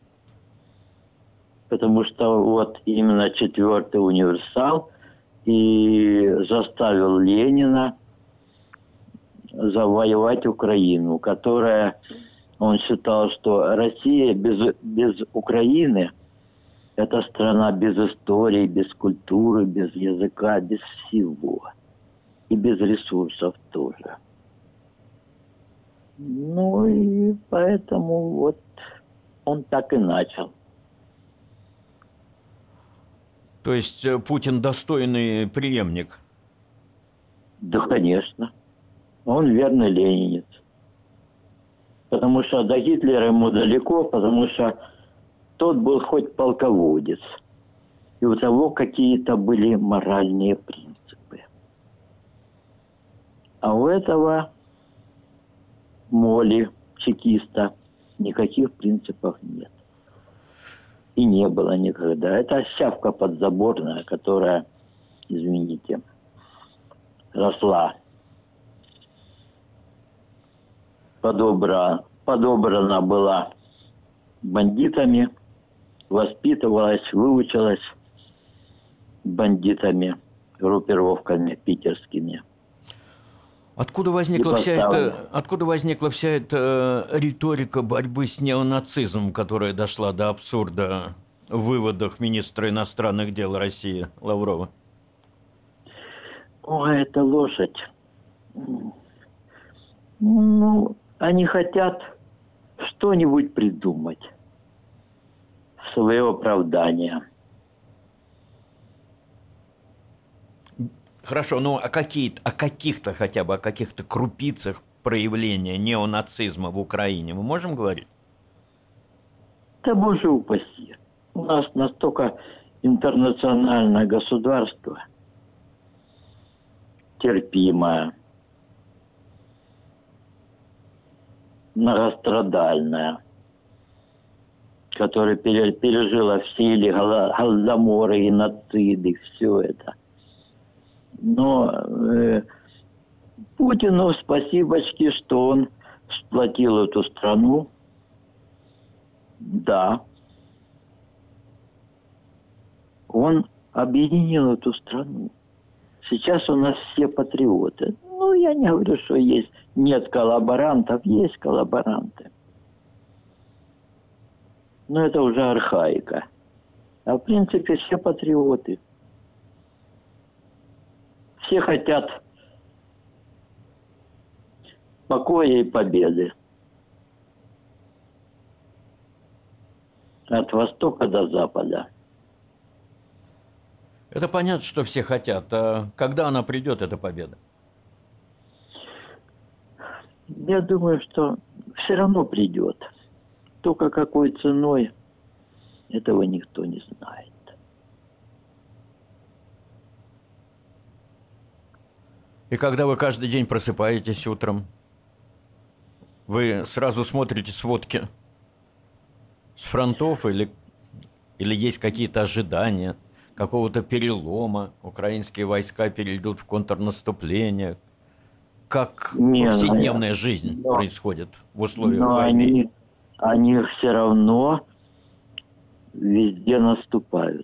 Потому что вот именно четвертый универсал и заставил Ленина завоевать Украину, которая, он считал, что Россия без, без Украины – это страна без истории, без культуры, без языка, без всего. И без ресурсов тоже. Ну и поэтому вот он так и начал. То есть Путин достойный преемник? Да, конечно. Он верный ленинец. Потому что до Гитлера ему далеко, потому что тот был хоть полководец. И у того какие-то были моральные принципы. А у этого моли, чекиста, никаких принципов нет. И не было никогда. Это сявка подзаборная, которая, извините, росла. Подобра, подобрана была бандитами, воспитывалась, выучилась бандитами, группировками питерскими. Откуда возникла, вся эта, откуда возникла вся эта риторика борьбы с неонацизмом, которая дошла до абсурда в выводах министра иностранных дел России Лаврова? Ой, это лошадь. Ну, они хотят что-нибудь придумать в свое оправдание. Хорошо, ну а, какие, о каких-то хотя бы, о каких-то крупицах проявления неонацизма в Украине мы можем говорить? Да, боже упаси. У нас настолько интернациональное государство, терпимое, многострадальное, которое пережило все или голодоморы, и нациды, все это. Но э, Путину спасибочки, что он сплотил эту страну. Да. Он объединил эту страну. Сейчас у нас все патриоты. Ну, я не говорю, что есть, нет коллаборантов, есть коллаборанты. Но это уже архаика. А в принципе все патриоты. Все хотят покоя и победы. От востока до запада. Это понятно, что все хотят. А когда она придет, эта победа? Я думаю, что все равно придет. Только какой ценой, этого никто не знает. И когда вы каждый день просыпаетесь утром, вы сразу смотрите сводки с фронтов или, или есть какие-то ожидания какого-то перелома, украинские войска перейдут в контрнаступление? Как не, повседневная но, жизнь но, происходит в условиях но войны? Они, они все равно везде наступают.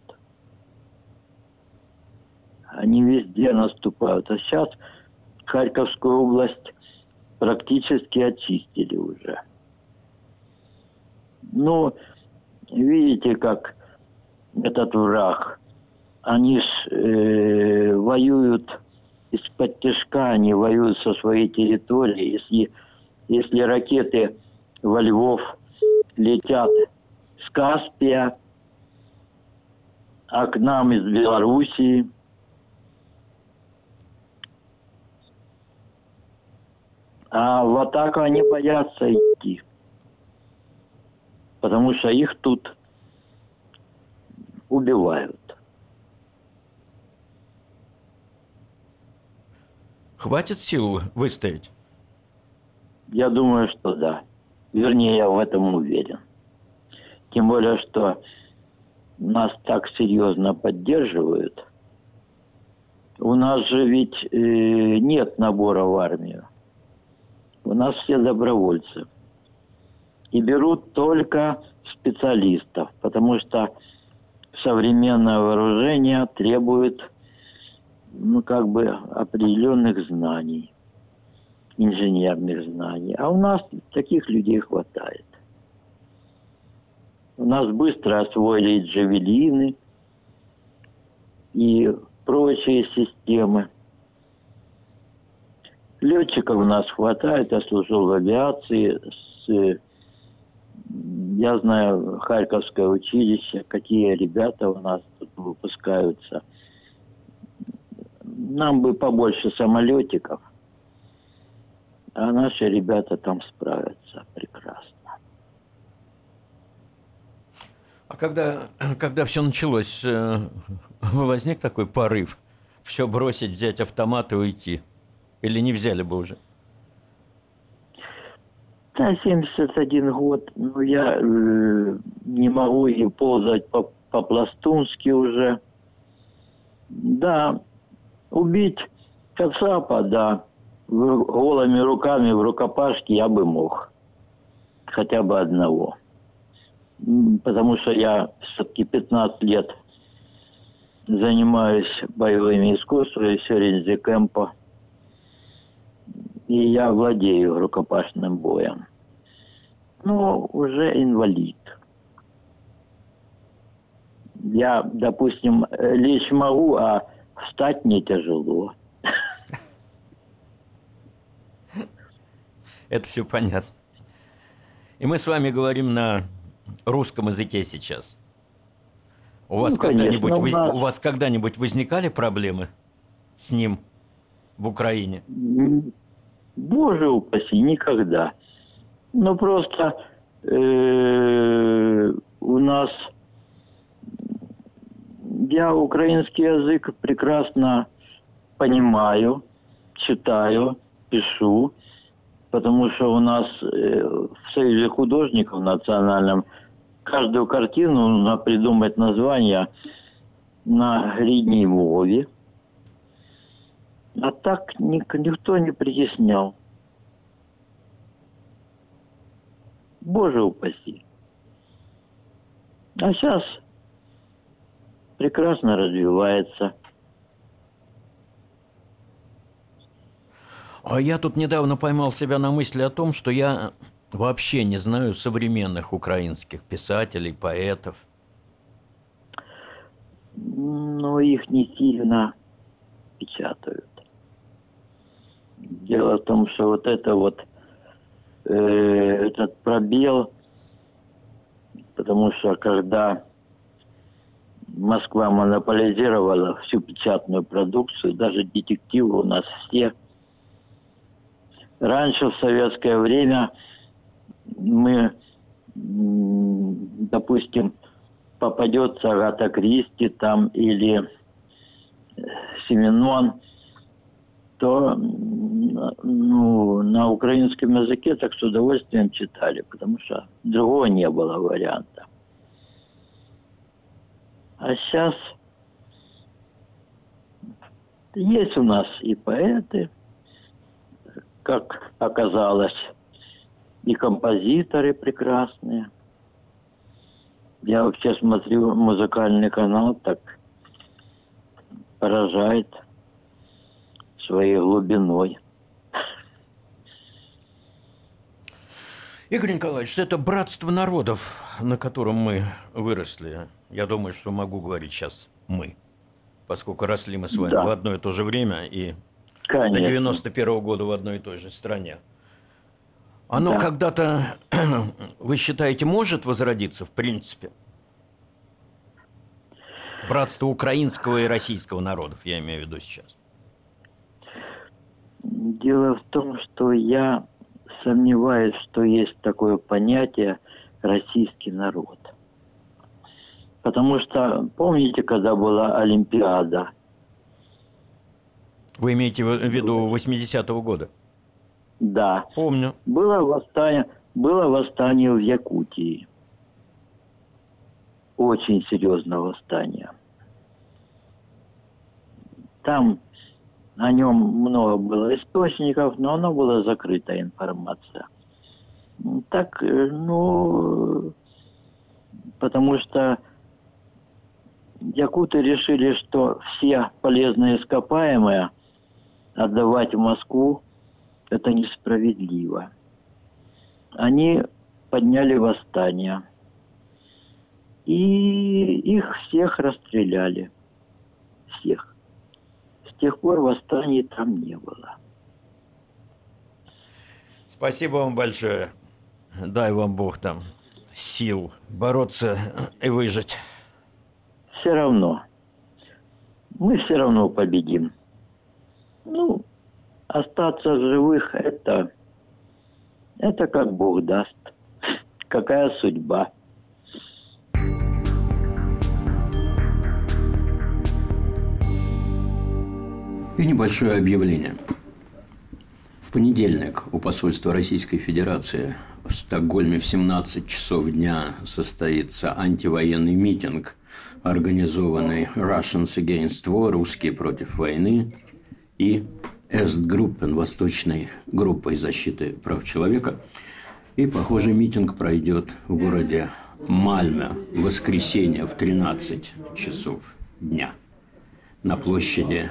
Они везде наступают. А сейчас Харьковскую область практически очистили уже. Ну, видите, как этот враг, они ж э, воюют из-под тишка, они воюют со своей территории. Если, если ракеты во Львов летят с Каспия, а к нам из Белоруссии, а в атаку они боятся идти. Потому что их тут убивают. Хватит сил выстоять? Я думаю, что да. Вернее, я в этом уверен. Тем более, что нас так серьезно поддерживают. У нас же ведь э, нет набора в армию. У нас все добровольцы. И берут только специалистов, потому что современное вооружение требует, ну, как бы определенных знаний, инженерных знаний. А у нас таких людей хватает. У нас быстро освоили и джавелины, и прочие системы. Летчиков у нас хватает. Я служил в авиации. С, я знаю Харьковское училище, какие ребята у нас тут выпускаются. Нам бы побольше самолетиков, а наши ребята там справятся прекрасно. А когда, когда все началось, возник такой порыв все бросить, взять автомат и уйти? Или не взяли бы уже? Да, семьдесят один год. Ну, я э, не могу и ползать по- по-пластунски уже. Да, убить кацапа, да, в, голыми руками в рукопашке я бы мог. Хотя бы одного. Потому что я все-таки пятнадцать лет занимаюсь боевыми искусствами, Сёрензе Кэмпо. И я владею рукопашным боем. Но уже инвалид. Я, допустим, лечь могу, а встать мне тяжело. Это все понятно. И мы с вами говорим на русском языке сейчас. У вас, ну, когда-нибудь, конечно, воз... нас... у вас когда-нибудь возникали проблемы с ним в Украине? Боже упаси, никогда. Ну, просто э, у нас... Я украинский язык прекрасно понимаю, читаю, пишу, потому что у нас э, в Союзе художников национальном каждую картину нужно придумать название на рідній мові. А так ник- никто не притеснял. Боже упаси. А сейчас прекрасно развивается. А я тут недавно поймал себя на мысли о том, что я вообще не знаю современных украинских писателей, поэтов. Но их не сильно печатают. Дело в том, что вот это вот э, этот пробел, потому что когда Москва монополизировала всю печатную продукцию, даже детективы у нас все. Раньше, в советское время, мы, допустим, попадется Агата Кристи там или Семенон, то ну, на украинском языке так с удовольствием читали, потому что другого не было варианта. А сейчас есть у нас и поэты, как оказалось, и композиторы прекрасные. Я вообще смотрю музыкальный канал, так поражает своей глубиной. Игорь Николаевич, это братство народов, на котором мы выросли. Я думаю, что могу говорить сейчас «мы», поскольку росли мы с вами да. в одно и то же время и Конечно. До девяносто первого года в одной и той же стране. Оно да. когда-то, вы считаете, может возродиться в принципе? Братство украинского и российского народов, я имею в виду сейчас. Дело в том, что я сомневаюсь, что есть такое понятие «российский народ». Потому что, помните, когда была Олимпиада? Вы имеете в виду восьмидесятого года? Да. Помню. Было восстание, было восстание в Якутии. Очень серьезное восстание. Там о нем много было источников, но оно была закрытая информация. Так, ну, потому что якуты решили, что все полезные ископаемые отдавать в Москву – это несправедливо. Они подняли восстание. И их всех расстреляли. Всех. С тех пор восстаний там не было. Спасибо вам большое. Дай вам Бог там сил бороться и выжить. Все равно. Мы все равно победим. Ну, остаться в живых – это, это как Бог даст. Какая судьба. И небольшое объявление. В понедельник у посольства Российской Федерации в Стокгольме в семнадцать часов дня состоится антивоенный митинг, организованный Russians Against War, русские против войны, и Эстгруппен, восточной группой защиты прав человека. И похожий митинг пройдет в городе Мальме в воскресенье в тринадцать часов дня на площади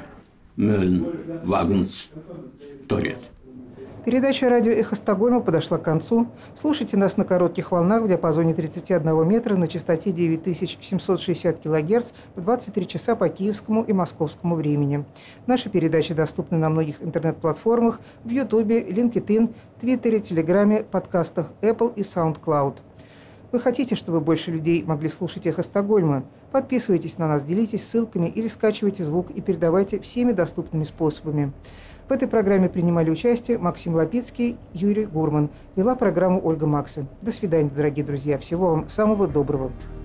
Мёльн-Вагнс-Торет. Передача радио «Эхо Стокгольма» подошла к концу. Слушайте нас на коротких волнах в диапазоне тридцать один метра на частоте девять тысяч семьсот шестьдесят килогерц в двадцать три часа по киевскому и московскому времени. Наши передачи доступны на многих интернет-платформах в Ютубе, LinkedIn, Твиттере, Телеграме, подкастах Apple и SoundCloud. Вы хотите, чтобы больше людей могли слушать «Эхо Стокгольма»? Подписывайтесь на нас, делитесь ссылками или скачивайте звук и передавайте всеми доступными способами. В этой программе принимали участие Максим Лапицкий, Юрий Гурман. Вела программу Ольга Макса. До свидания, дорогие друзья. Всего вам самого доброго.